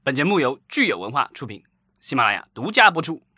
本节目由聚友文化出品，喜马拉雅独家播出。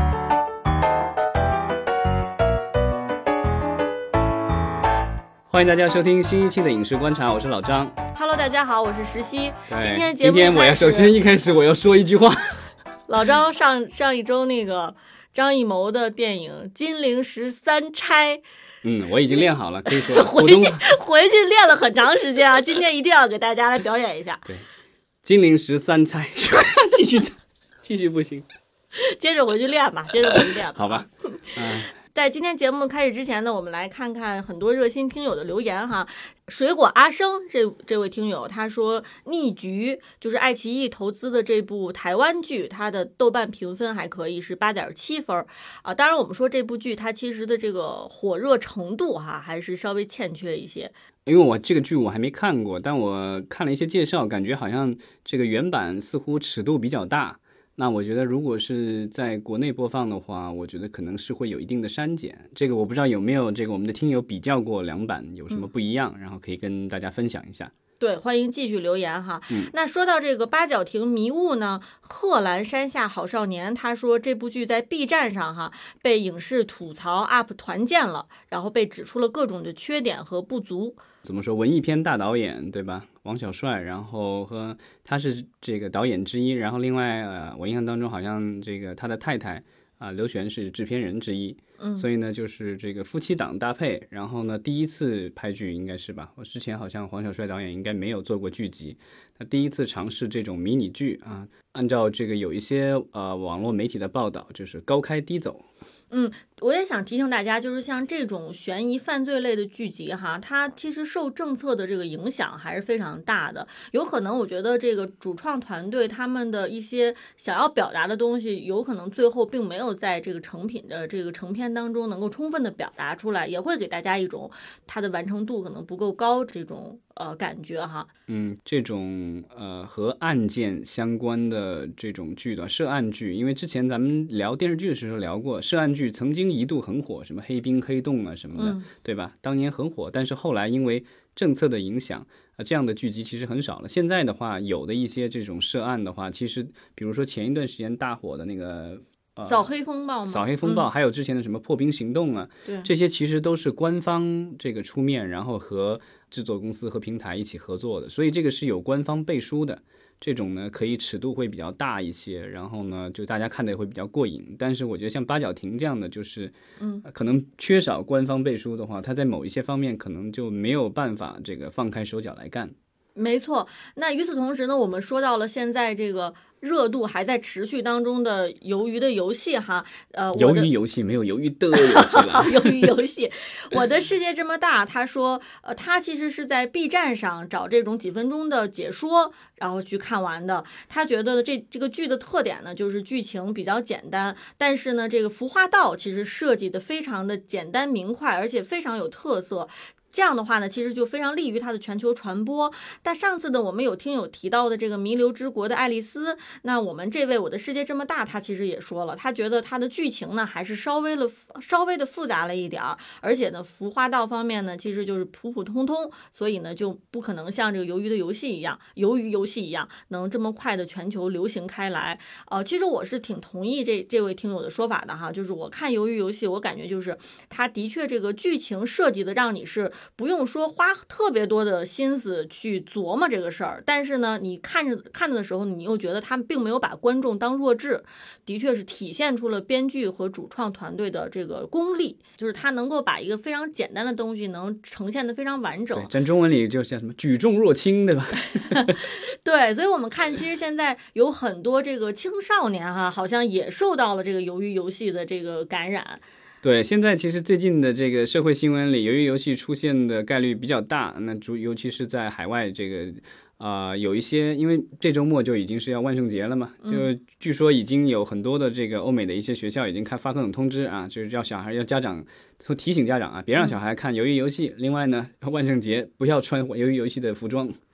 欢迎大家收听新一期的影视观察，我是老张。 Hello， 大家好，我是石溪。 今天我要首先一开始我要说一句话。 老张上一周那个张艺谋的电影《金陵十三钗》， 我已经练好了，可以说回去练了很长时间啊！今天一定要给大家来表演一下。 对，金陵十三钗，继续不行， 接着回去练吧， 好吧。 在今天节目开始之前呢，我们来看看很多热心听友的留言哈。水果阿生这位听友他说，逆局就是爱奇艺投资的这部台湾剧，它的豆瓣评分还可以，是8.7分啊。当然我们说这部剧它其实的这个火热程度哈，还是稍微欠缺一些。 因为这个剧我还没看过，但我看了一些介绍，感觉好像这个原版似乎尺度比较大。那我觉得如果是在国内播放的话，我觉得可能是会有一定的删减。这个我不知道有没有这个我们的听友比较过两版有什么不一样，然后可以跟大家分享一下。 对，欢迎继续留言哈。那说到这个八角亭迷雾呢，贺兰山下好少年他说这部剧在 B 站上哈被影视吐槽 UP 团建了，然后被指出了各种的缺点和不足。 怎么说，文艺片大导演对吧？王小帅，然后和他是这个导演之一，然后另外我印象当中好像这个他的太太刘璇是制片人之一，所以呢就是这个夫妻档搭配，然后呢第一次拍剧应该是吧，我之前好像黄小帅导演应该没有做过剧集，他第一次尝试这种迷你剧啊，按照这个有一些网络媒体的报道，就是高开低走。 我也想提醒大家，就是像这种悬疑犯罪类的剧集哈，它其实受政策的这个影响还是非常大的。有可能我觉得这个主创团队他们的一些想要表达的东西，有可能最后并没有在这个成品的这个成片当中能够充分的表达出来，也会给大家一种它的完成度可能不够高这种感觉哈。 这种和案件相关的这种剧的涉案剧，因为之前咱们聊电视剧的时候聊过，涉案剧曾经一度很火，什么黑冰黑洞啊什么的，对吧？当年很火，但是后来因为政策的影响这样的剧集其实很少了。现在的话，有的一些这种涉案的话，其实比如说前一段时间大火的那个扫黑风暴吗？ 扫黑风暴，还有之前的什么破冰行动啊，这些其实都是官方这个出面，然后和制作公司和平台一起合作的，所以这个是有官方背书的。这种呢，可以尺度会比较大一些，然后呢，就大家看的也会比较过瘾。但是我觉得像八角亭这样的，就是可能缺少官方背书的话，它在某一些方面可能就没有办法这个放开手脚来干。 没错，那与此同时呢，我们说到了现在这个热度还在持续当中的鱿鱼的游戏哈， 鱿鱼游戏没有鱿鱼的游戏了。 鱿鱼游戏，我的世界这么大，他说，他其实是在 B 站上找这种几分钟的解说，然后去看完的。他觉得这个剧的特点呢，就是剧情比较简单，但是呢，这个服化道其实设计的非常的简单明快，而且非常有特色。这样的话呢，其实就非常利于它的全球传播。但上次呢，我们有听友提到的这个弥留之国的爱丽丝，那我们这位我的世界这么大，他其实也说了，他觉得他的剧情呢还是稍微的复杂了一点，而且呢，服化道方面呢，其实就是普普通通，所以呢，就不可能像这个鱿鱼游戏一样，能这么快的全球流行开来。其实我是挺同意这位听友的说法的哈，就是我看鱿鱼游戏，我感觉就是它的确这个剧情设计的让你是不用说花特别多的心思去琢磨这个事儿，但是呢，你看着的时候，你又觉得他们并没有把观众当弱智，的确是体现出了编剧和主创团队的这个功力，就是他能够把一个非常简单的东西能呈现的非常完整。 在中文里就像什么举重若轻，对吧？ 对，所以我们看，其实现在有很多这个青少年哈，好像也受到了这个鱿鱼游戏的这个感染。 对，现在其实最近的这个社会新闻里，鱿鱼游戏出现的概率比较大。那尤其是在海外，这个有一些，因为这周末就已经是要万圣节了嘛，就据说已经有很多的这个欧美的一些学校已经发各种通知啊，就是要家长提醒家长啊，别让小孩看鱿鱼游戏。另外呢，万圣节不要穿鱿鱼游戏的服装。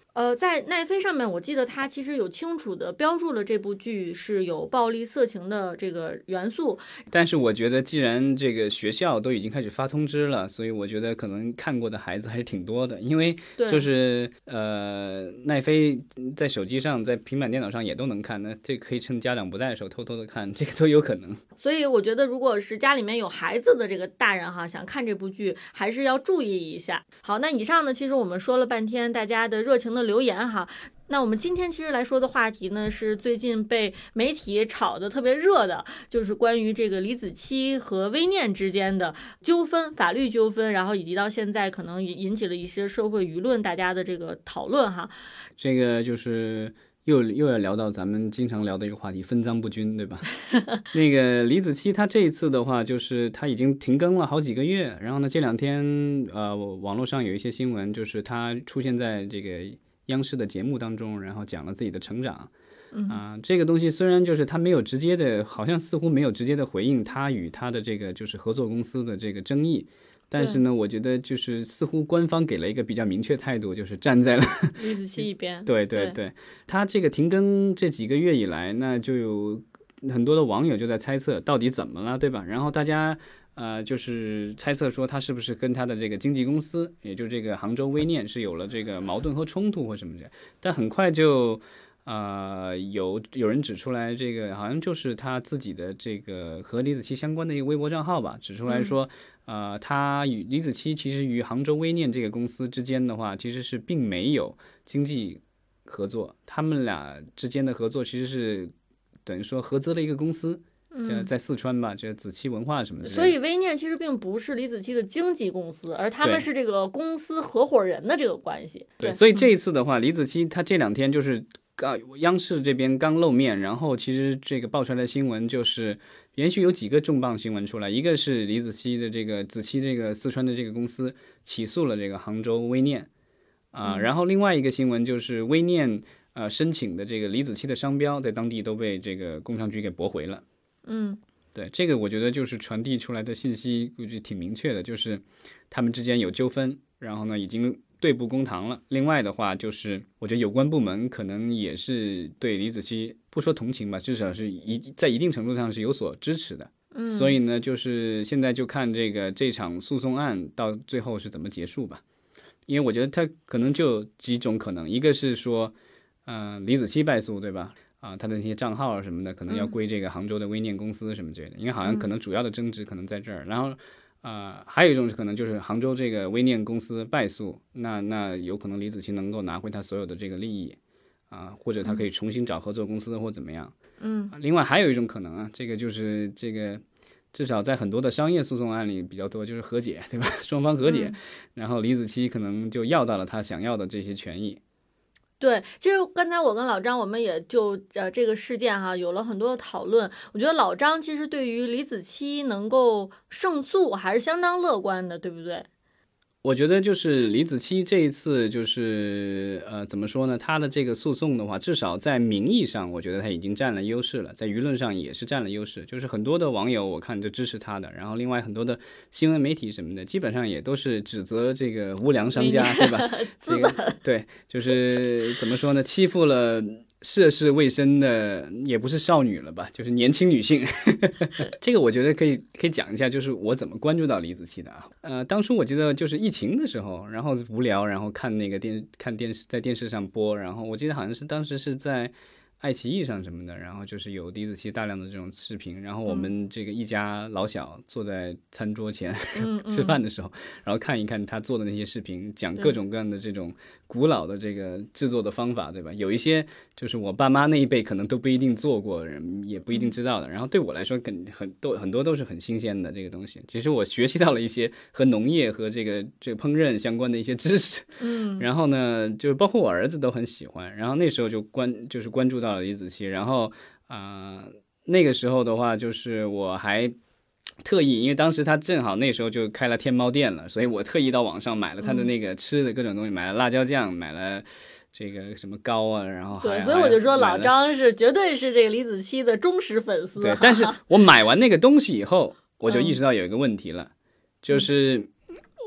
在奈飞上面，我记得它其实有清楚的标注了这部剧是有暴力色情的这个元素。 但是我觉得既然这个学校都已经开始发通知了，所以我觉得可能看过的孩子还是挺多的，因为就是奈飞在手机上在平板电脑上也都能看，那这可以趁家长不在的时候偷偷的看，这个都有可能。 所以我觉得如果是家里面有孩子的这个大人哈，想看这部剧还是要注意一下。好，那以上呢其实我们说了半天大家的热情的留言哈，那我们今天其实来说的话题呢，是最近被媒体炒得特别热的，就是关于这个李子柒和微念之间的纠纷，法律纠纷，然后以及到现在可能引起了一些社会舆论大家的这个讨论哈。 这个就是又要聊到咱们经常聊的一个话题，分赃不均，对吧？那个李子柒他这一次的话，就是他已经停更了好几个月，然后呢，这两天网络上有一些新闻，就是他出现在这个央视的节目当中，然后讲了自己的成长。这个东西虽然就是他没有直接的，好像似乎没有直接的回应他与他的这个就是合作公司的这个争议，但是呢，我觉得就是似乎官方给了一个比较明确态度，就是站在了李子柒一边。 对，他这个停更这几个月以来，那就有很多的网友就在猜测到底怎么了，对吧？然后大家就是猜测说他是不是跟他的这个经纪公司，也就是这个杭州微念是有了这个矛盾和冲突或什么的，但很快就有人指出来，这个好像就是他自己的这个和李子柒相关的一个微博账号吧，指出来说，他与李子柒其实与杭州微念这个公司之间的话，其实是并没有经济合作，他们俩之间的合作其实是等于说合资了一个公司。在四川吧，这子柒文化什么的。 所以微念其实并不是李子柒的经纪公司，而他们是这个公司合伙人的这个关系。 对，所以这一次的话，李子柒他这两天就是央视这边刚露面，然后其实这个爆出来的新闻就是连续有几个重磅新闻出来，一个是李子柒的这个子柒这个四川的这个公司起诉了这个杭州微念然后另外一个新闻就是微念申请的这个李子柒的商标在当地都被这个工商局给驳回了。对，这个我觉得就是传递出来的信息估计挺明确的，就是他们之间有纠纷，然后呢已经对簿公堂了。另外的话就是我觉得有关部门可能也是对李子柒不说同情吧，至少是在一定程度上是有所支持的。所以呢就是现在就看这场诉讼案到最后是怎么结束吧。因为我觉得他可能就几种可能，一个是说李子柒败诉，对吧？他的那些账号什么的可能要归这个杭州的微念公司什么之类的，因为好像可能主要的争执可能在这儿。然后还有一种可能就是杭州这个微念公司败诉，那有可能李子柒能够拿回他所有的这个利益或者他可以重新找合作公司或怎么样。另外还有一种可能这个就是这个至少在很多的商业诉讼案里比较多，就是和解，对吧？双方和解，然后李子柒可能就要到了他想要的这些权益。 对，其实刚才我跟老张，我们也就这个事件哈有了很多的讨论。我觉得老张其实对于李子柒能够胜诉还是相当乐观的，对不对？ 我觉得就是李子柒这一次就是怎么说呢，他的这个诉讼的话，至少在名义上我觉得他已经占了优势了，在舆论上也是占了优势，就是很多的网友我看就支持他的，然后另外很多的新闻媒体什么的基本上也都是指责这个无良商家，对吧？这个对，就是怎么说呢，欺负了涉世未深的也不是少女了吧，就是年轻女性。这个我觉得可以讲一下，就是我怎么关注到李子柒的当初我记得就是疫情的时候，然后无聊，然后看那个看电视，在电视上播，然后我记得好像是当时是在爱奇艺上什么的，然后就是有李子柒大量的这种视频，然后我们这个一家老小坐在餐桌前吃饭的时候，然后看一看他做的那些视频，讲各种各样的这种古老的这个制作的方法，对吧？有一些就是我爸妈那一辈可能都不一定做过，也不一定知道的，然后对我来说很多都是很新鲜的这个东西。其实我学习到了一些和农业和这个烹饪相关的一些知识，然后呢就是包括我儿子都很喜欢，然后那时候就关注到李子柒，然后那个时候的话就是我还特意，因为当时他正好那时候就开了天猫店了，所以我特意到网上买了他的那个吃的各种东西，买了辣椒酱，买了这个什么糕然后对，所以我就说老张是绝对是这个李子柒的忠实粉丝。 对，但是我买完那个东西以后，我就意识到有一个问题了，就是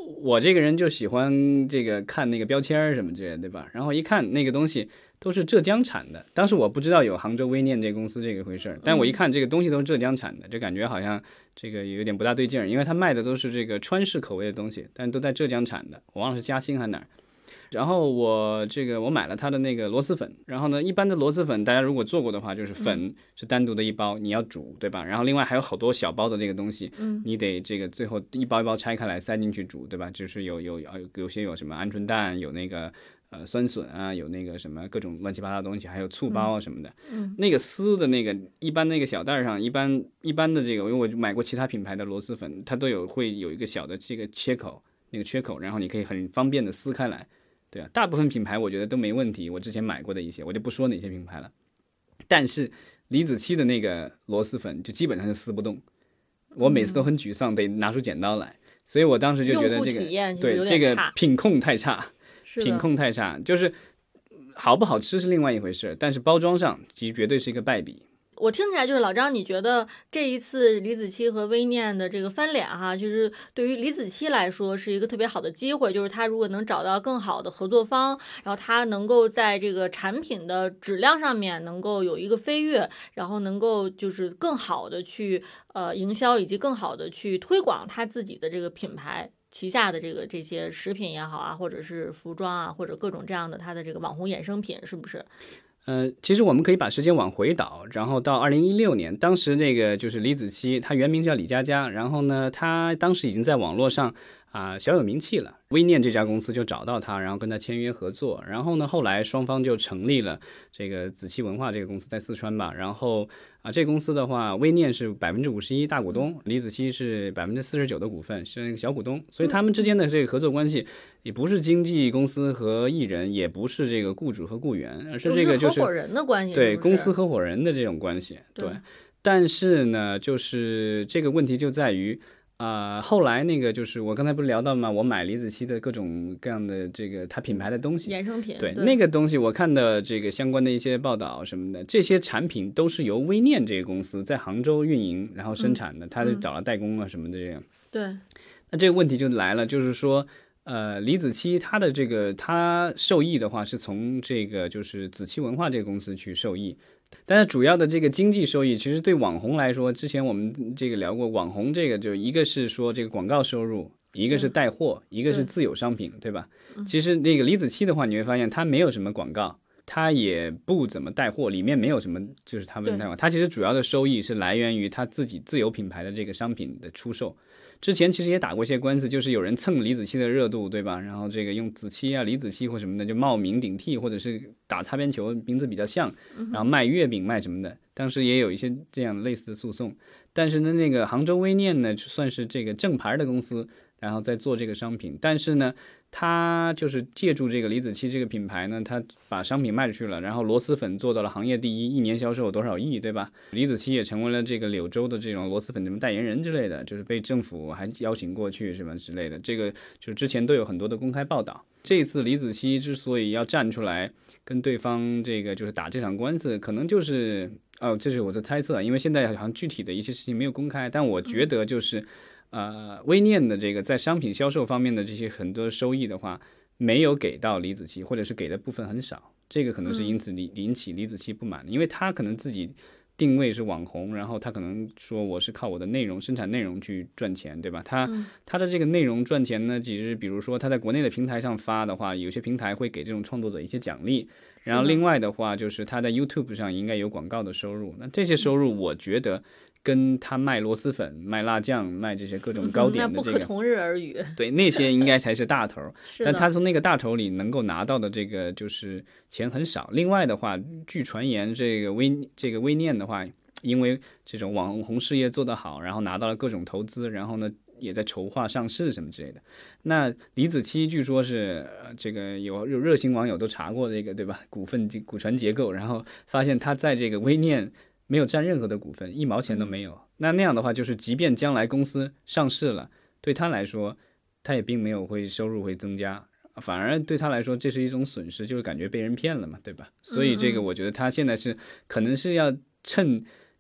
我这个人就喜欢这个看那个标签什么之类的，对吧？然后一看那个东西都是浙江产的，当时我不知道有杭州微念这公司这个回事，但我一看这个东西都是浙江产的，就感觉好像这个有点不大对劲儿，因为他卖的都是这个川式口味的东西，但都在浙江产的，我忘了是嘉兴还是哪儿。然后我买了它的那个螺蛳粉，然后呢，一般的螺蛳粉大家如果做过的话，就是粉是单独的一包，你要煮，对吧？然后另外还有好多小包的这个东西，你得这个最后一包一包拆开来塞进去煮，对吧？就是有些有什么鹌鹑蛋，有那个酸笋啊，有那个什么各种乱七八糟的东西，还有醋包啊什么的。那个丝的那个一般那个小袋上，一般的这个，因为我买过其他品牌的螺蛳粉，它都会有一个小的这个缺口，然后你可以很方便的撕开来。对啊，大部分品牌我觉得都没问题，我之前买过的一些，我就不说哪些品牌了。但是李子柒的那个螺蛳粉就基本上就撕不动，我每次都很沮丧，得拿出剪刀来。所以我当时就觉得这个对这个品控太差，就是好不好吃是另外一回事，但是包装上其实绝对是一个败笔。 我听起来就是老张，你觉得这一次李子柒和微念的这个翻脸哈，就是对于李子柒来说是一个特别好的机会，就是他如果能找到更好的合作方，然后他能够在这个产品的质量上面能够有一个飞跃，然后能够就是更好的去营销以及更好的去推广他自己的这个品牌旗下的这些食品也好啊，或者是服装啊，或者各种这样的他的这个网红衍生品，是不是？ 其实我们可以把时间往回倒，然后到2016年，当时那个就是李子柒，她原名叫李佳佳，然后呢，她当时已经在网络上小有名气了。微念这家公司就找到她，然后跟她签约合作，然后呢，后来双方就成立了这个子柒文化这个公司，在四川吧。然后这公司的话，微念是51%大股东，李子柒是49%的股份，是那个小股东，所以他们之间的这个合作关系也不是经纪公司和艺人，也不是这个雇主和雇员，而是这个就是合伙人的关系， 对，公司合伙人的这种关系。对，但是呢，就是这个问题就在于。后来那个就是我刚才不是聊到吗？我买李子柒的各种各样的这个它品牌的东西， 衍生品， 对那个东西，我看的这个相关的一些报道什么的，这些产品都是由微念这个公司在杭州运营，然后生产的，他就找了代工啊什么的这样。 对， 那这个问题就来了，就是说。李子柒他的这个他受益的话是从这个就是子柒文化这个公司去受益，但是主要的这个经济收益其实对网红来说，之前我们这个聊过，网红这个就一个是说这个广告收入，一个是带货，一个是自有商品，对吧？其实那个李子柒的话，你会发现它没有什么广告，它也不怎么带货，里面没有什么就是他们带货，它其实主要的收益是来源于它自己自有品牌的这个商品的出售。之前其实也打过一些官司，就是有人蹭李子柒的热度，对吧？然后这个用子柒啊、李子柒或什么的就冒名顶替，或者是打擦边球，名字比较像，然后卖月饼卖什么的。当时也有一些这样类似的诉讼，但是呢，那个杭州微念呢，算是这个正牌的公司，然后在做这个商品，但是呢，他就是借助这个李子柒这个品牌呢，他把商品卖出去了，然后螺蛳粉做到了行业第一，一年销售多少亿，对吧？李子柒也成为了这个柳州的这种螺蛳粉什么代言人之类的，就是被政府还邀请过去什么之类的，这个就是之前都有很多的公开报道。这一次李子柒之所以要站出来跟对方这个就是打这场官司，可能就是这是我的猜测，因为现在好像具体的一些事情没有公开，但我觉得就是微念的这个在商品销售方面的这些很多收益的话，没有给到李子柒，或者是给的部分很少，这个可能是因此引起李子柒不满的，因为他可能自己定位是网红，然后他可能说我是靠我的内容生产内容去赚钱，对吧？他的这个内容赚钱呢，其实比如说他在国内的平台上发的话，有些平台会给这种创作者一些奖励，然后另外的话就是他在 YouTube 上应该有广告的收入，那这些收入我觉得跟他卖螺蛳粉、卖辣酱、卖这些各种糕点的这个， 那不可同日而语。 对，那些应该才是大头，但他从那个大头里能够拿到的这个就是钱很少。另外的话，据传言，这个微念的话，因为这种网红事业做得好，然后拿到了各种投资，然后呢也在筹划上市什么之类的。那李子柒据说是这个有热心网友都查过这个，对吧？股权结构，然后发现他在这个微念没有占任何的股份，1毛钱都没有。那样的话，就是即便将来公司上市了，对他来说，他也并没有收入会增加，反而对他来说这是一种损失，就是感觉被人骗了嘛，对吧？所以这个我觉得他现在是可能是要趁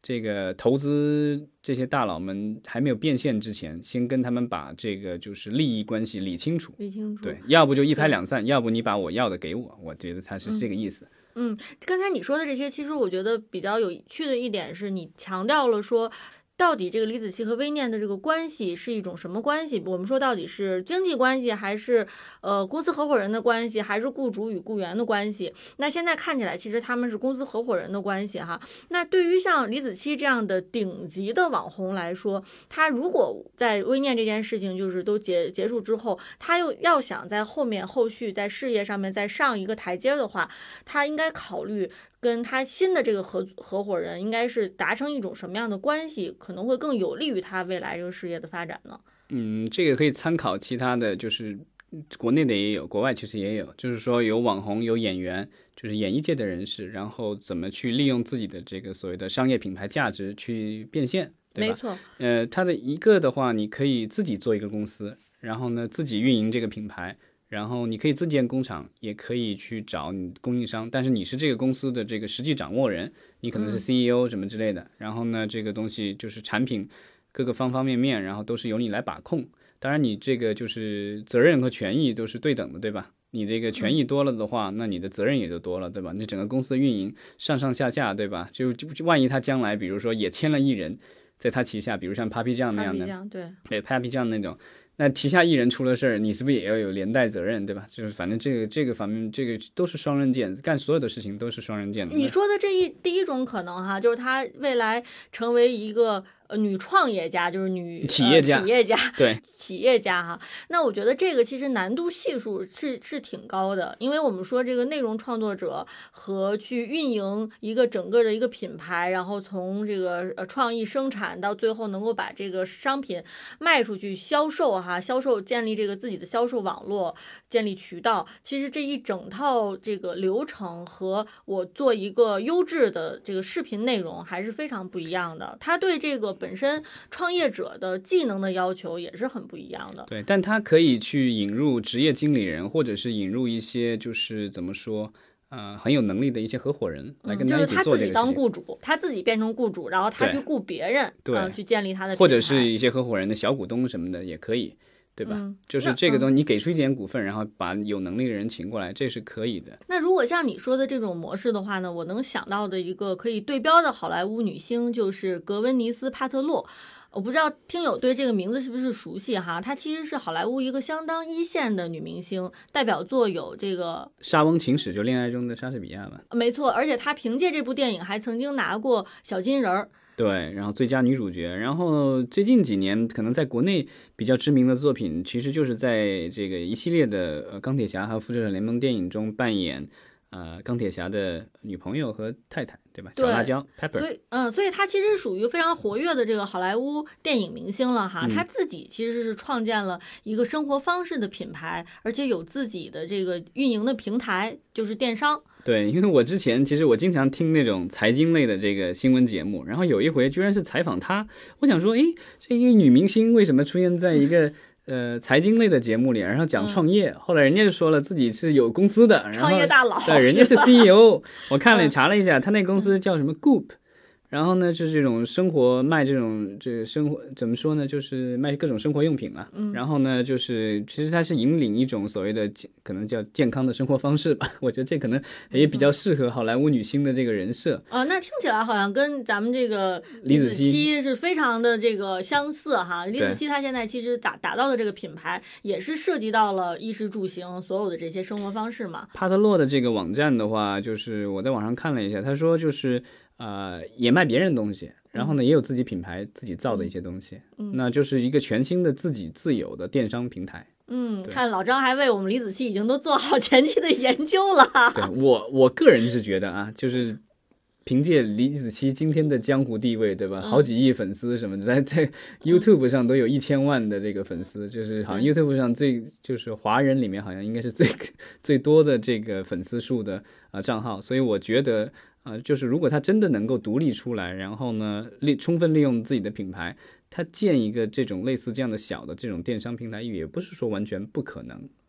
这个投资这些大佬们还没有变现之前，先跟他们把这个就是利益关系理清楚，对，要不就一拍两散，要不你把我要的给我，我觉得他是这个意思。 刚才你说的这些，其实我觉得比较有趣的一点是你强调了说，到底这个李子柒和微念的这个关系是一种什么关系？我们说到底是经济关系，还是公司合伙人的关系，还是雇主与雇员的关系？那现在看起来，其实他们是公司合伙人的关系哈。那对于像李子柒这样的顶级的网红来说，他如果在微念这件事情就是都结束之后，他又要想在后续在事业上面再上一个台阶的话，他应该考虑跟他新的这个合伙人应该是达成一种什么样的关系，可能会更有利于他未来这个事业的发展呢？ 这个可以参考其他的，就是国内的也有，国外其实也有，就是说有网红，有演员，就是演艺界的人士，然后怎么去利用自己的这个所谓的商业品牌价值去变现，对吧？ 没错。 它的一个的话，你可以自己做一个公司，然后呢自己运营这个品牌。然后你可以自建工厂，也可以去找你供应商，但是你是这个公司的这个实际掌握人，你可能是 CEO 什么之类的。然后呢，这个东西就是产品各个方方面面，然后都是由你来把控。当然，你这个就是责任和权益都是对等的，对吧？你这个权益多了的话，那你的责任也就多了，对吧？你整个公司的运营上上下下，对吧？就万一他将来比如说也签了艺人，在他旗下，比如像 Papi 酱那样的，对 Papi 酱那种。那旗下艺人出了事儿，你是不是也要有连带责任，对吧？就是反正这个方面，这个都是双刃剑，干所有的事情都是双刃剑的。 你说的第一种可能哈，就是他未来成为一个女创业家，就是女企业家，对， 企业家哈。那我觉得这个其实难度系数是挺高的，因为我们说这个内容创作者和去运营一个整个的一个品牌，然后从这个创意生产到最后能够把这个商品卖出去销售哈，建立这个自己的销售网络，建立渠道，其实这一整套这个流程和我做一个优质的这个视频内容还是非常不一样的。他对这个本身创业者的技能的要求也是很不一样的。 对，但他可以去引入职业经理人，或者是引入一些就是怎么说，很有能力的一些合伙人来跟他一起做这个事情。就是他自己当雇主，他自己变成雇主，然后他去雇别人， 对， 去建立他的品牌， 或者是一些合伙人的小股东什么的也可以。对吧？就是这个东西，你给出一点股份，然后把有能力的人请过来，这是可以的。 那如果像你说的这种模式的话呢，我能想到的一个可以对标的好莱坞女星就是格温妮斯·帕特洛。我不知道听友对这个名字是不是熟悉哈？她其实是好莱坞一个相当一线的女明星，代表作有这个 《莎翁情史》，就恋爱中的莎士比亚吧。 没错，而且她凭借这部电影还曾经拿过小金人儿。 对，然后最佳女主角，然后最近几年可能在国内比较知名的作品，其实就是在这个一系列的钢铁侠和复仇者联盟电影中扮演钢铁侠的女朋友和太太，对吧？小辣椒 Pepper。 所以她其实属于非常活跃的这个好莱坞电影明星了哈。她自己其实是创建了一个生活方式的品牌，而且有自己的这个运营的平台，就是电商。 对，因为我之前其实我经常听那种财经类的这个新闻节目，然后有一回居然是采访她，我想说，这一个女明星为什么出现在一个财经类的节目里，然后讲创业，后来人家就说了自己是有公司的，然后创业大佬， 对，人家是 CEO，我看了查了一下，他那公司叫什么 Goop。然后呢，就是这种生活卖这个生活怎么说呢，就是卖各种生活用品啊。然后呢，就是其实它是引领一种所谓的可能叫健康的生活方式吧。我觉得这可能也比较适合好莱坞女星的这个人设。 那听起来好像跟咱们这个李子柒是非常的这个相似哈。李子柒她现在其实打造的这个品牌也是涉及到了衣食住行所有的这些生活方式嘛。 帕特洛的这个网站的话，就是我在网上看了一下，他说就是也卖别人东西，然后呢也有自己品牌自己造的一些东西，那就是一个全新的自己自有的电商平台。 看老张还为我们李子柒已经都做好前期的研究了。 对，我个人是觉得啊，就是凭借李子柒今天的江湖地位，对吧？好几亿粉丝什么的，在 YouTube 上都有1000万的这个粉丝，就是好像 YouTube 上就是华人里面好像应该是最多的这个粉丝数的账号，所以我觉得就是如果他真的能够独立出来，然后呢充分利用自己的品牌，他建一个这种类似这样的小的这种电商平台，也不是说完全不可能。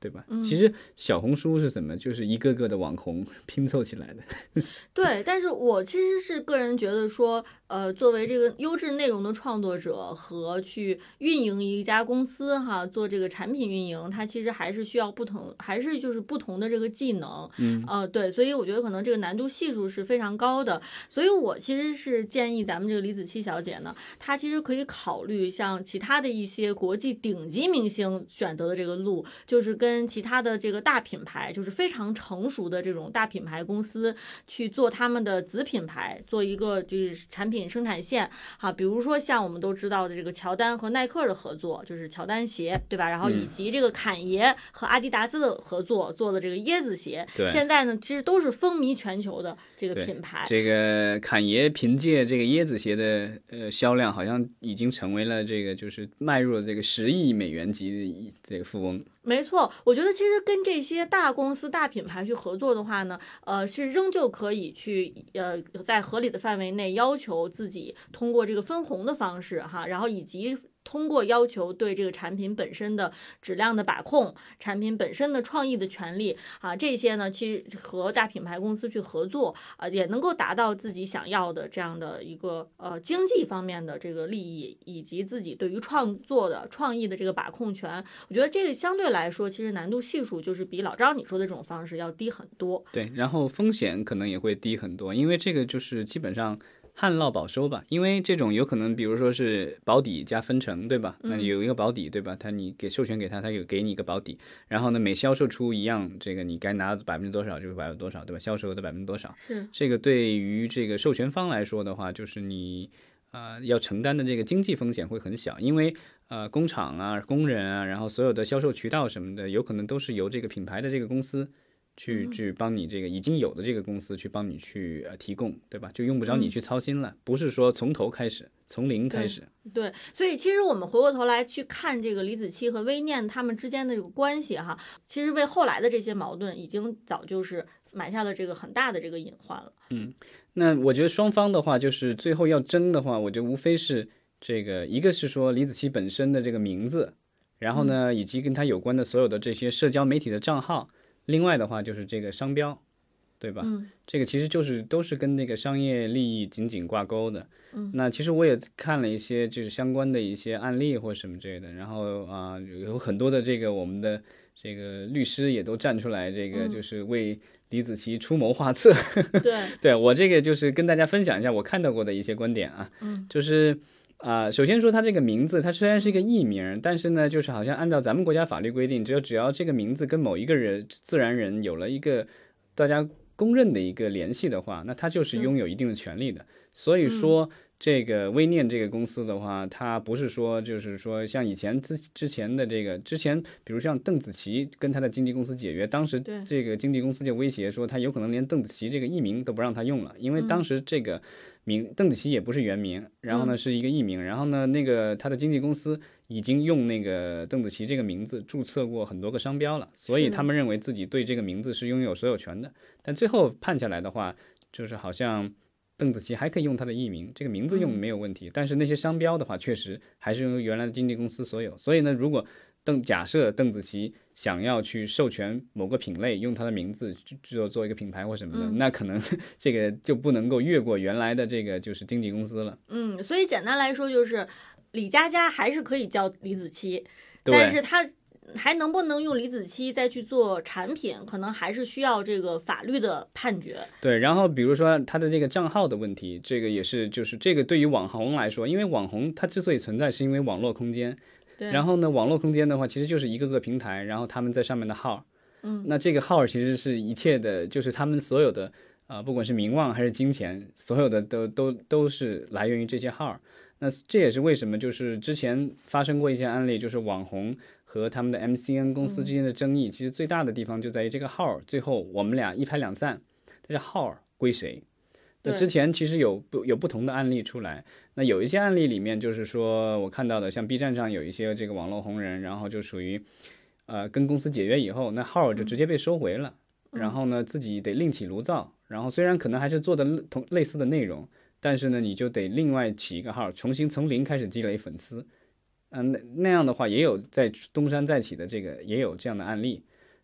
对吧？其实小红书是什么？就是一个个的网红拼凑起来的。 对，但是我其实是个人觉得说，作为这个优质内容的创作者和去运营一家公司哈，做这个产品运营，它其实还是需要不同，还是就是不同的这个技能。对，所以我觉得可能这个难度系数是非常高的。所以我其实是建议咱们这个李子柒小姐呢，她其实可以考虑像其他的一些国际顶级明星选择的这个路，就是跟其他的这个大品牌，就是非常成熟的这种大品牌公司去做他们的子品牌，做一个就是产品生产线啊。比如说像我们都知道的这个乔丹和耐克的合作，就是乔丹鞋，对吧？然后以及这个侃爷和阿迪达斯的合作做的这个椰子鞋，现在呢其实都是风靡全球的这个品牌。 这个侃爷凭借这个椰子鞋的销量，好像已经成为了这个就是迈入了这个10亿美元级的这个富翁。 没错，我觉得其实跟这些大公司、大品牌去合作的话呢，是仍旧可以去在合理的范围内要求自己通过这个分红的方式哈，然后以及通过要求对这个产品本身的质量的把控、产品本身的创意的权利啊，这些呢，其实和大品牌公司去合作啊，也能够达到自己想要的这样的一个经济方面的这个利益，以及自己对于创作的创意的这个把控权。我觉得这个相对来说，其实难度系数就是比老张你说的这种方式要低很多。 对，然后风险可能也会低很多，因为这个就是基本上旱涝保收吧，因为这种有可能，比如说是保底加分成，对吧？那有一个保底，对吧？你给授权给他，他有给你一个保底，然后呢，每销售出一样，这个你该拿多少就是多少，对吧？销售额的多少， 是这个对于这个授权方来说的话，就是你要承担的这个经济风险会很小，因为工厂啊、工人啊，然后所有的销售渠道什么的，有可能都是由这个品牌的这个公司去帮你这个已经有的这个公司去帮你去提供，对吧？就用不着你去操心了，不是说从头开始，从零开始。 对，所以其实我们回过头来去看这个李子柒和微念他们之间的这个关系哈，其实为后来的这些矛盾已经早就是埋下了这个很大的这个隐患了。 那我觉得双方的话，就是最后要争的话，我觉得无非是这个，一个是说李子柒本身的这个名字，然后呢，以及跟他有关的所有的这些社交媒体的账号。另外的话就是这个商标，对吧？这个其实就是都是跟那个商业利益紧紧挂钩的。那其实我也看了一些就是相关的一些案例或什么之类的，然后有很多的这个我们的这个律师也都站出来，这个就是为李子柒出谋划策。对我这个就是跟大家分享一下我看到过的一些观点啊，就是首先说它这个名字，它虽然是一个艺名，但是呢，就是好像按照咱们国家法律规定，只要这个名字跟某一个人自然人有了一个大家公认的一个联系的话，那他就是拥有一定的权利的。所以说这个微念这个公司的话，它不是说就是说像以前之前的这个比如像邓紫棋跟他的经纪公司解约，当时这个经纪公司就威胁说他有可能连邓紫棋这个艺名都不让他用了，因为当时这个邓紫棋也不是原名，然后呢是一个艺名，然后呢那个他的经纪公司已经用那个邓紫棋这个名字注册过很多个商标了，所以他们认为自己对这个名字是拥有所有权的。但最后判下来的话，就是好像邓紫棋还可以用她的艺名，这个名字用没有问题，但是那些商标的话，确实还是由原来的经纪公司所有。所以呢，如果假设邓紫棋想要去授权某个品类用她的名字做一个品牌或什么的，那可能这个就不能够越过原来的这个就是经纪公司了。 所以简单来说就是李佳佳还是可以叫李子柒，但是她还能不能用李子柒再去做产品，可能还是需要这个法律的判决。 对，然后比如说他的这个账号的问题，这个也是就是这个对于网红来说，因为网红它之所以存在是因为网络空间。然后呢，网络空间的话，其实就是一个个平台，然后他们在上面的号，那这个号其实是一切的，就是他们所有的不管是名望还是金钱，所有的都是来源于这些号。那这也是为什么就是之前发生过一些案例，就是网红和他们的 MCN 公司之间的争议，其实最大的地方就在于这个号最后我们俩一拍两散，这个号归谁？那之前其实有不同的案例出来，那有一些案例里面就是说我看到的，像 B 站上有一些这个网络红人，然后就属于跟公司解约以后，那号就直接被收回了，然后呢自己得另起炉灶，然后虽然可能还是做的类似的内容，但是呢你就得另外起一个号，重新从零开始积累粉丝。那样的话也有在东山再起的这个也有这样的案例。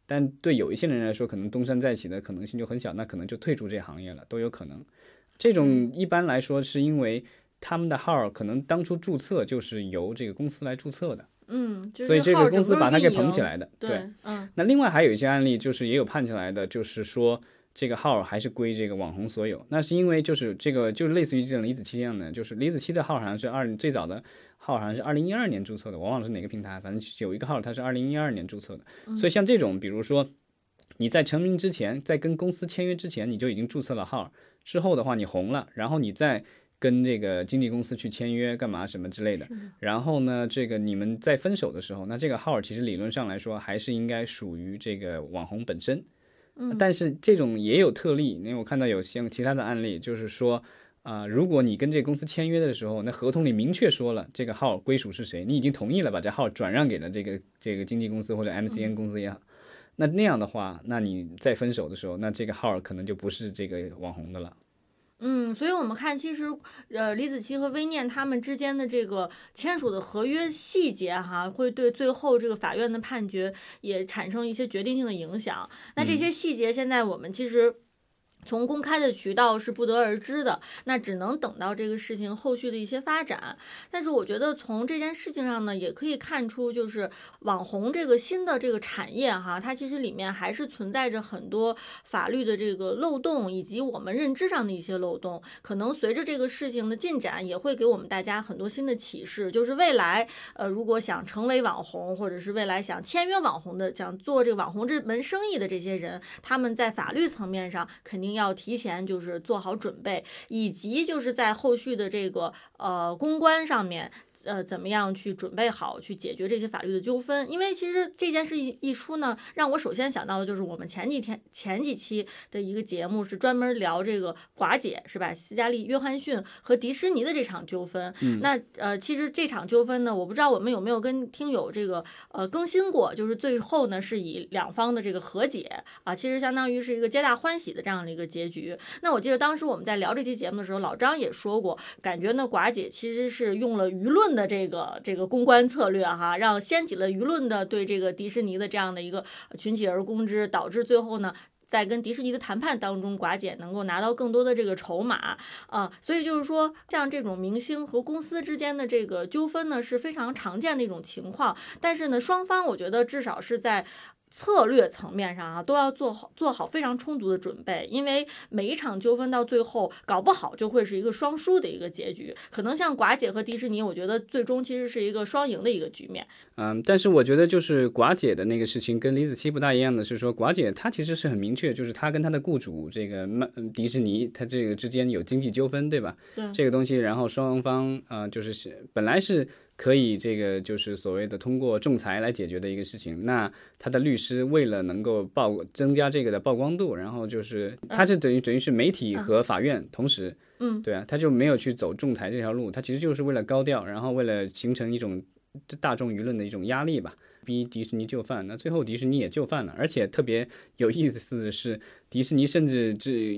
但对有一些人来说，可能东山再起的可能性就很小，那可能就退出这行业了，都有可能。这种一般来说是因为他们的号可能当初注册就是由这个公司来注册的， 就是所以这个公司把它给号整个运营捧起来的。 对， 那另外还有一些案例，就是也有判起来的，就是说这个号还是归这个网红所有。那是因为就是这个就是类似于这种李子柒一样的，就是李子柒的号好像是最早的号好像是2012年注册的，我忘了是哪个平台，反正有一个号它是2012年注册的。所以像这种，比如说你在成名之前，在跟公司签约之前，你就已经注册了号，之后的话你红了，然后你再跟这个经纪公司去签约干嘛什么之类的，然后呢，这个你们在分手的时候，那这个号其实理论上来说还是应该属于这个网红本身。但是这种也有特例，因为我看到有像其他的案例，就是说如果你跟这个公司签约的时候，那合同里明确说了这个号归属是谁，你已经同意了把这号转让给了这个经纪公司或者 MCN 公司也好，那样的话，那你在分手的时候，那这个号可能就不是这个网红的了。 所以我们看，其实李子柒和微念他们之间的这个签署的合约细节哈，会对最后这个法院的判决也产生一些决定性的影响。那这些细节现在我们其实从公开的渠道是不得而知的，那只能等到这个事情后续的一些发展。但是我觉得从这件事情上呢，也可以看出，就是网红这个新的这个产业哈，它其实里面还是存在着很多法律的这个漏洞，以及我们认知上的一些漏洞。可能随着这个事情的进展，也会给我们大家很多新的启示。就是未来如果想成为网红，或者是未来想签约网红的，想做这个网红这门生意的这些人，他们在法律层面上肯定要提前就是做好准备，以及就是在后续的这个公关上面怎么样去准备好去解决这些法律的纠纷。因为其实这件事一出呢，让我首先想到的就是我们前几期的一个节目是专门聊这个寡姐是吧，斯嘉丽·约翰逊和迪士尼的这场纠纷。那其实这场纠纷呢，我不知道我们有没有跟听友这个更新过，就是最后呢是以两方的这个和解其实相当于是一个皆大欢喜的这样的一个结局。那我记得当时我们在聊这期节目的时候，老张也说过，感觉呢寡姐其实是用了舆论的这个公关策略哈，让掀起了舆论的对这个迪士尼的这样的一个群起而攻之，导致最后呢在跟迪士尼的谈判当中，寡姐能够拿到更多的这个筹码所以就是说，像这种明星和公司之间的这个纠纷呢，是非常常见的一种情况。但是呢，双方我觉得至少是在策略层面上都要做好非常充足的准备，因为每一场纠纷到最后搞不好就会是一个双输的一个结局。可能像寡姐和迪士尼，我觉得最终其实是一个双赢的一个局面。 但是我觉得就是寡姐的那个事情跟李子柒不大一样的是说，寡姐她其实是很明确，就是她跟她的雇主这个迪士尼，她这个之间有经济纠纷，对吧？ 对这个东西，然后双方就是本来是可以这个就是所谓的通过仲裁来解决的一个事情。那他的律师为了能够增加这个的曝光度，然后就是他是等于是媒体和法院同时，对啊，他就没有去走仲裁这条路，他其实就是为了高调，然后为了形成一种大众舆论的一种压力吧，逼迪士尼就范。那最后迪士尼也就范了，而且特别有意思的是，迪士尼甚至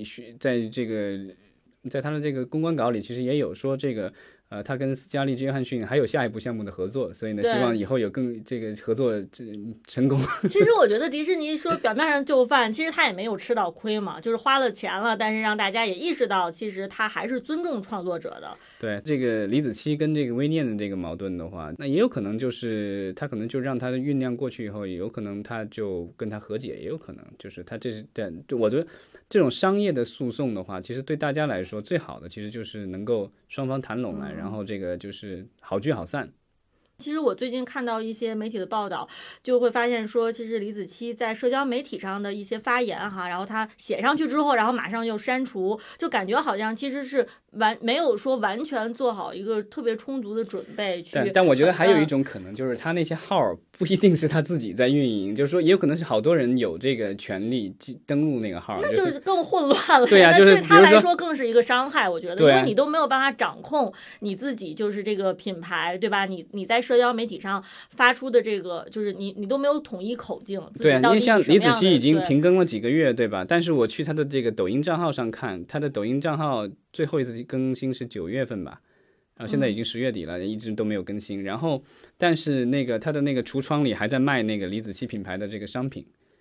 在他的这个公关稿里，其实也有说这个他跟斯嘉丽·约翰逊还有下一步项目的合作，所以呢，希望以后有这个合作成功。 其实我觉得迪士尼说表面上就范，其实他也没有吃到亏嘛，就是花了钱了，但是让大家也意识到，其实他还是尊重创作者的。 对，这个李子柒跟这个微念的这个矛盾的话，那也有可能就是他可能就让他的酝酿过去以后，有可能他就跟他和解，也有可能就是他这是我觉得这种商业的诉讼的话，其实对大家来说最好的其实就是能够双方谈拢来，然后这个就是好聚好散。 其实我最近看到一些媒体的报道，就会发现说，其实李子柒在社交媒体上的一些发言哈，然后他写上去之后，然后马上又删除，就感觉好像其实是没有说完全做好一个特别充足的准备去。 但我觉得还有一种可能，就是他那些号不一定是他自己在运营，就是说也有可能是好多人有这个权利登录那个号， 那就是更混乱了。 对呀，就是对他来说更是一个伤害，我觉得， 因为你都没有办法掌控你自己，就是这个品牌，对吧？你在社交媒体上发出的这个，就是你都没有统一口径。 对啊，因为像李子柒已经停更了几个月，对吧？但是我去他的这个抖音账号上看，他的抖音账号最后一次更新是9月份吧。然后现在已经10月底了，一直都没有更新。然后，但是那个他的那个橱窗里还在卖那个李子柒品牌的这个商品，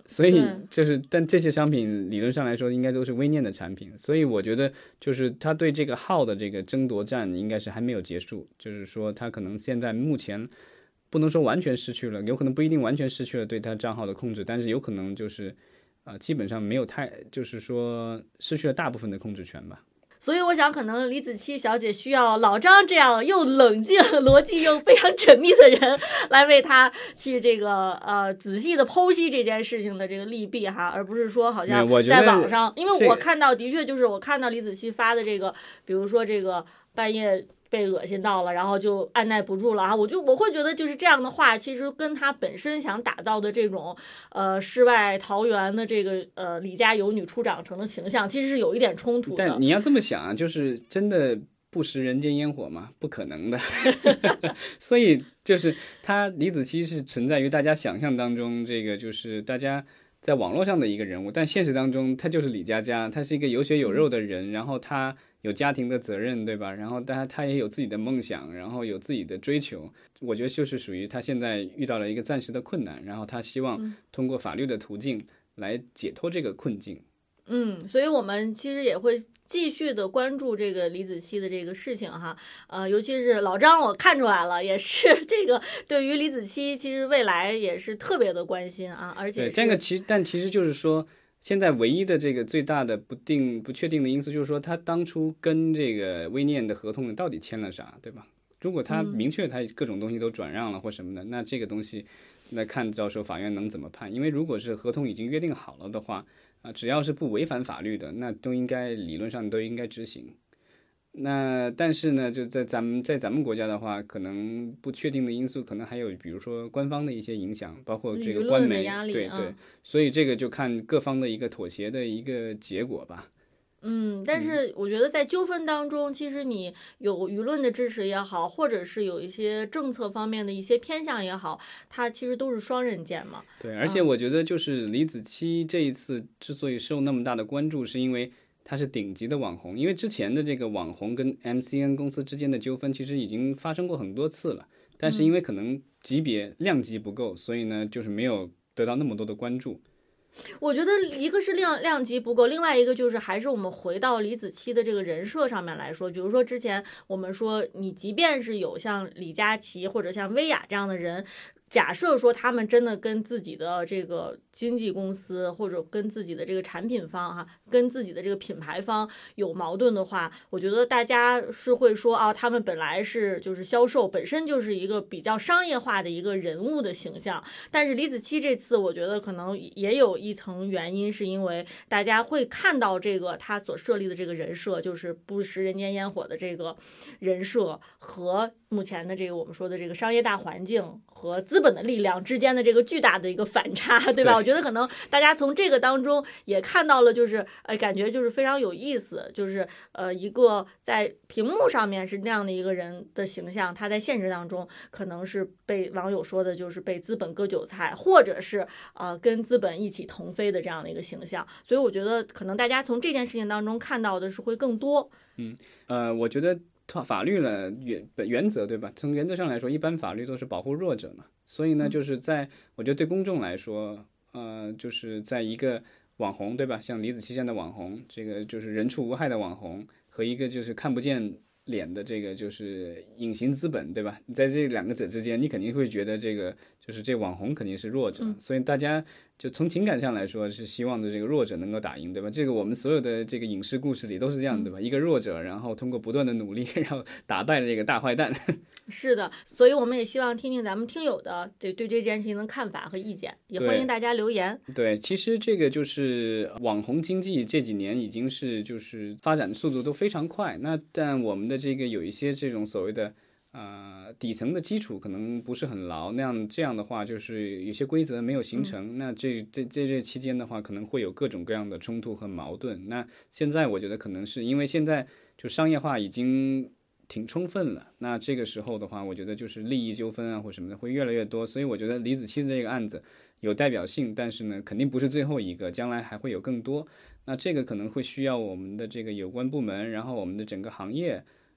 所以就是，但这些商品理论上来说应该都是微念的产品，所以我觉得就是他对这个号的这个争夺战应该是还没有结束，就是说他可能现在目前不能说完全失去了，有可能不一定完全失去了对他账号的控制，但是有可能就是基本上没有太，就是说失去了大部分的控制权吧。 所以我想，可能李子柒小姐需要老张这样又冷静、逻辑又非常缜密的人来为她去这个仔细的剖析这件事情的这个利弊哈，而不是说好像在网上，因为我看到的确就是我看到李子柒发的这个，比如说这个半夜被恶心到了，然后就按耐不住了啊！我会觉得就是这样的话，其实跟他本身想打造的这种世外桃源的这个李家有女初长成的形象，其实是有一点冲突的。 但你要这么想啊，就是真的不食人间烟火吗？不可能的。所以就是李子柒是存在于大家想象当中，这个就是大家在网络上的一个人物，但现实当中他就是李佳佳，他是一个有血有肉的人，然后他有家庭的责任，对吧？然后他也有自己的梦想，然后有自己的追求。我觉得就是属于他现在遇到了一个暂时的困难，然后他希望通过法律的途径来解脱这个困境。 所以我们其实也会继续的关注这个李子柒的这个事情哈，尤其是老张，我看出来了，也是这个对于李子柒其实未来也是特别的关心啊，而且这个但其实就是说，现在唯一的这个最大的不确定的因素就是说，他当初跟这个微念的合同到底签了啥，对吧？如果他明确他各种东西都转让了或什么的，那这个东西那看到时候法院能怎么判？因为如果是合同已经约定好了的话。只要是不违反法律的，那都应该理论上都应该执行。那但是呢，就在咱们国家的话，可能不确定的因素可能还有，比如说官方的一些影响，包括这个官媒，对，所以这个就看各方的一个妥协的一个结果吧。 但是我觉得在纠纷当中，其实你有舆论的支持也好，或者是有一些政策方面的一些偏向也好，它其实都是双刃剑嘛。 对，而且我觉得就是李子柒这一次之所以受那么大的关注，是因为他是顶级的网红，因为之前的这个网红跟 MCN 公司之间的纠纷其实已经发生过很多次了，但是因为可能量级不够，所以呢就是没有得到那么多的关注。 我觉得一个是量级不够，另外一个就是还是我们回到李子柒的这个人设上面来说，比如说之前我们说，你即便是有像李佳琦或者像薇娅这样的人。假设说他们真的跟自己的这个经纪公司或者跟自己的这个产品方哈，跟自己的这个品牌方有矛盾的话，我觉得大家是会说啊，他们本来是就是销售本身就是一个比较商业化的一个人物的形象，但是李子柒这次我觉得可能也有一层原因，是因为大家会看到这个他所设立的这个人设，就是不食人间烟火的这个人设和目前的这个我们说的这个商业大环境和资本的力量之间的这个巨大的一个反差，对吧？我觉得可能大家从这个当中也看到了，就是感觉就是非常有意思，就是一个在屏幕上面是那样的一个人的形象，他在现实当中可能是被网友说的就是被资本割韭菜，或者是跟资本一起腾飞的这样的一个形象。所以我觉得可能大家从这件事情当中看到的是会更多。 我觉得。法律呢原则对吧？从原则上来说，一般法律都是保护弱者嘛。所以呢，就是我觉得对公众来说，就是在一个网红对吧？像李子柒这样的网红，这个就是人畜无害的网红，和一个就是看不见脸的这个就是隐形资本对吧？你在这两个者之间，你肯定会觉得这个就是这网红肯定是弱者，所以大家就从情感上来说是希望的这个弱者能够打赢，对吧？这个我们所有的这个影视故事里都是这样，对吧？一个弱者，然后通过不断的努力，然后打败了这个大坏蛋。 是的，所以我们也希望听听咱们听友的对这件事情的看法和意见，也欢迎大家留言。 对，其实这个就是网红经济这几年已经是就是发展速度都非常快，但我们的这个有一些这种所谓的底层的基础可能不是很牢，这样的话就是有些规则没有形成，那这期间的话可能会有各种各样的冲突和矛盾。那现在我觉得可能是因为现在就商业化已经挺充分了，那这个时候的话，我觉得就是利益纠纷啊或什么的会越来越多，所以我觉得李子柒的这个案子有代表性，但是呢，肯定不是最后一个，将来还会有更多。那这个可能会需要我们的这个有关部门，然后我们的整个行业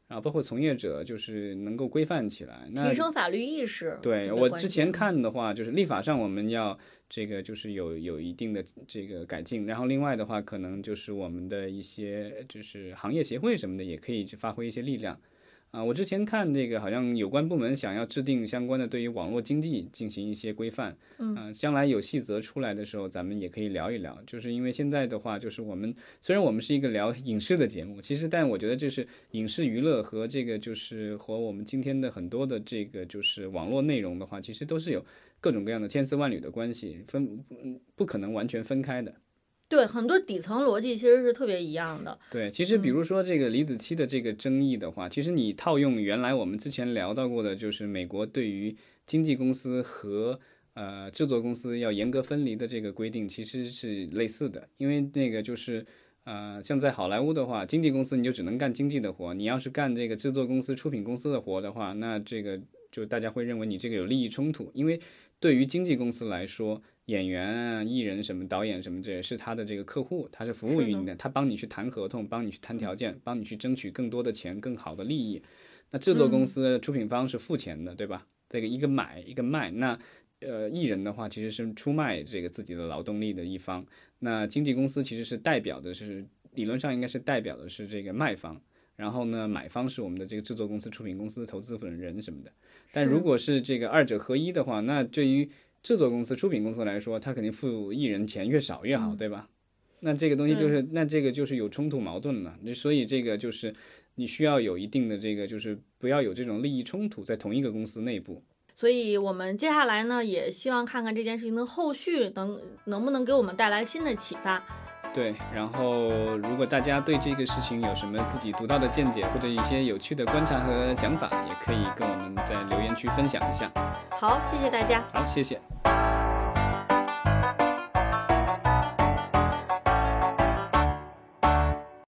然后包括从业者就是能够规范起来， 提升法律意识。 对，我之前看的话，就是立法上我们要这个就是有一定的这个改进，然后另外的话，可能就是我们的一些就是行业协会什么的也可以发挥一些力量。我之前看这个好像有关部门想要制定相关的对于网络经济进行一些规范，将来有细则出来的时候，咱们也可以聊一聊。就是因为现在的话，就是虽然我们是一个聊影视的节目，其实但我觉得就是影视娱乐和这个就是和我们今天的很多的这个就是网络内容的话，其实都是有各种各样的千丝万缕的关系，不可能完全分开的。 对，很多底层逻辑其实是特别一样的。 对，其实比如说这个李子柒的这个争议的话，其实你套用原来我们之前聊到过的，就是美国对于经纪公司和制作公司要严格分离的这个规定，其实是类似的。因为那个就是像在好莱坞的话，经纪公司你就只能干经纪的活，你要是干这个制作公司、出品公司的活的话，那这个就大家会认为你这个有利益冲突，因为对于经纪公司来说，演员啊、艺人什么、导演什么，这也是他的这个客户，他是服务于你的，他帮你去谈合同，帮你去谈条件，帮你去争取更多的钱、更好的利益。那制作公司、出品方是付钱的，对吧？这个一个买一个卖，那艺人的话其实是出卖这个自己的劳动力的一方，那经纪公司其实是代表的是理论上应该是代表的是这个卖方。然后呢，买方是我们的这个制作公司、出品公司、投资人什么的。但如果是这个二者合一的话，那对于制作公司、出品公司来说，他肯定付艺人钱越少越好，对吧？那这个东西就是，那这个就是有冲突矛盾了。所以这个就是你需要有一定的这个，就是不要有这种利益冲突在同一个公司内部。 所以我们接下来呢，也希望看看这件事情的后续能不能给我们带来新的启发。 对，然后如果大家对这个事情有什么自己独到的见解，或者一些有趣的观察和想法，也可以跟我们在留言区分享一下。 好，谢谢大家。 好，谢谢。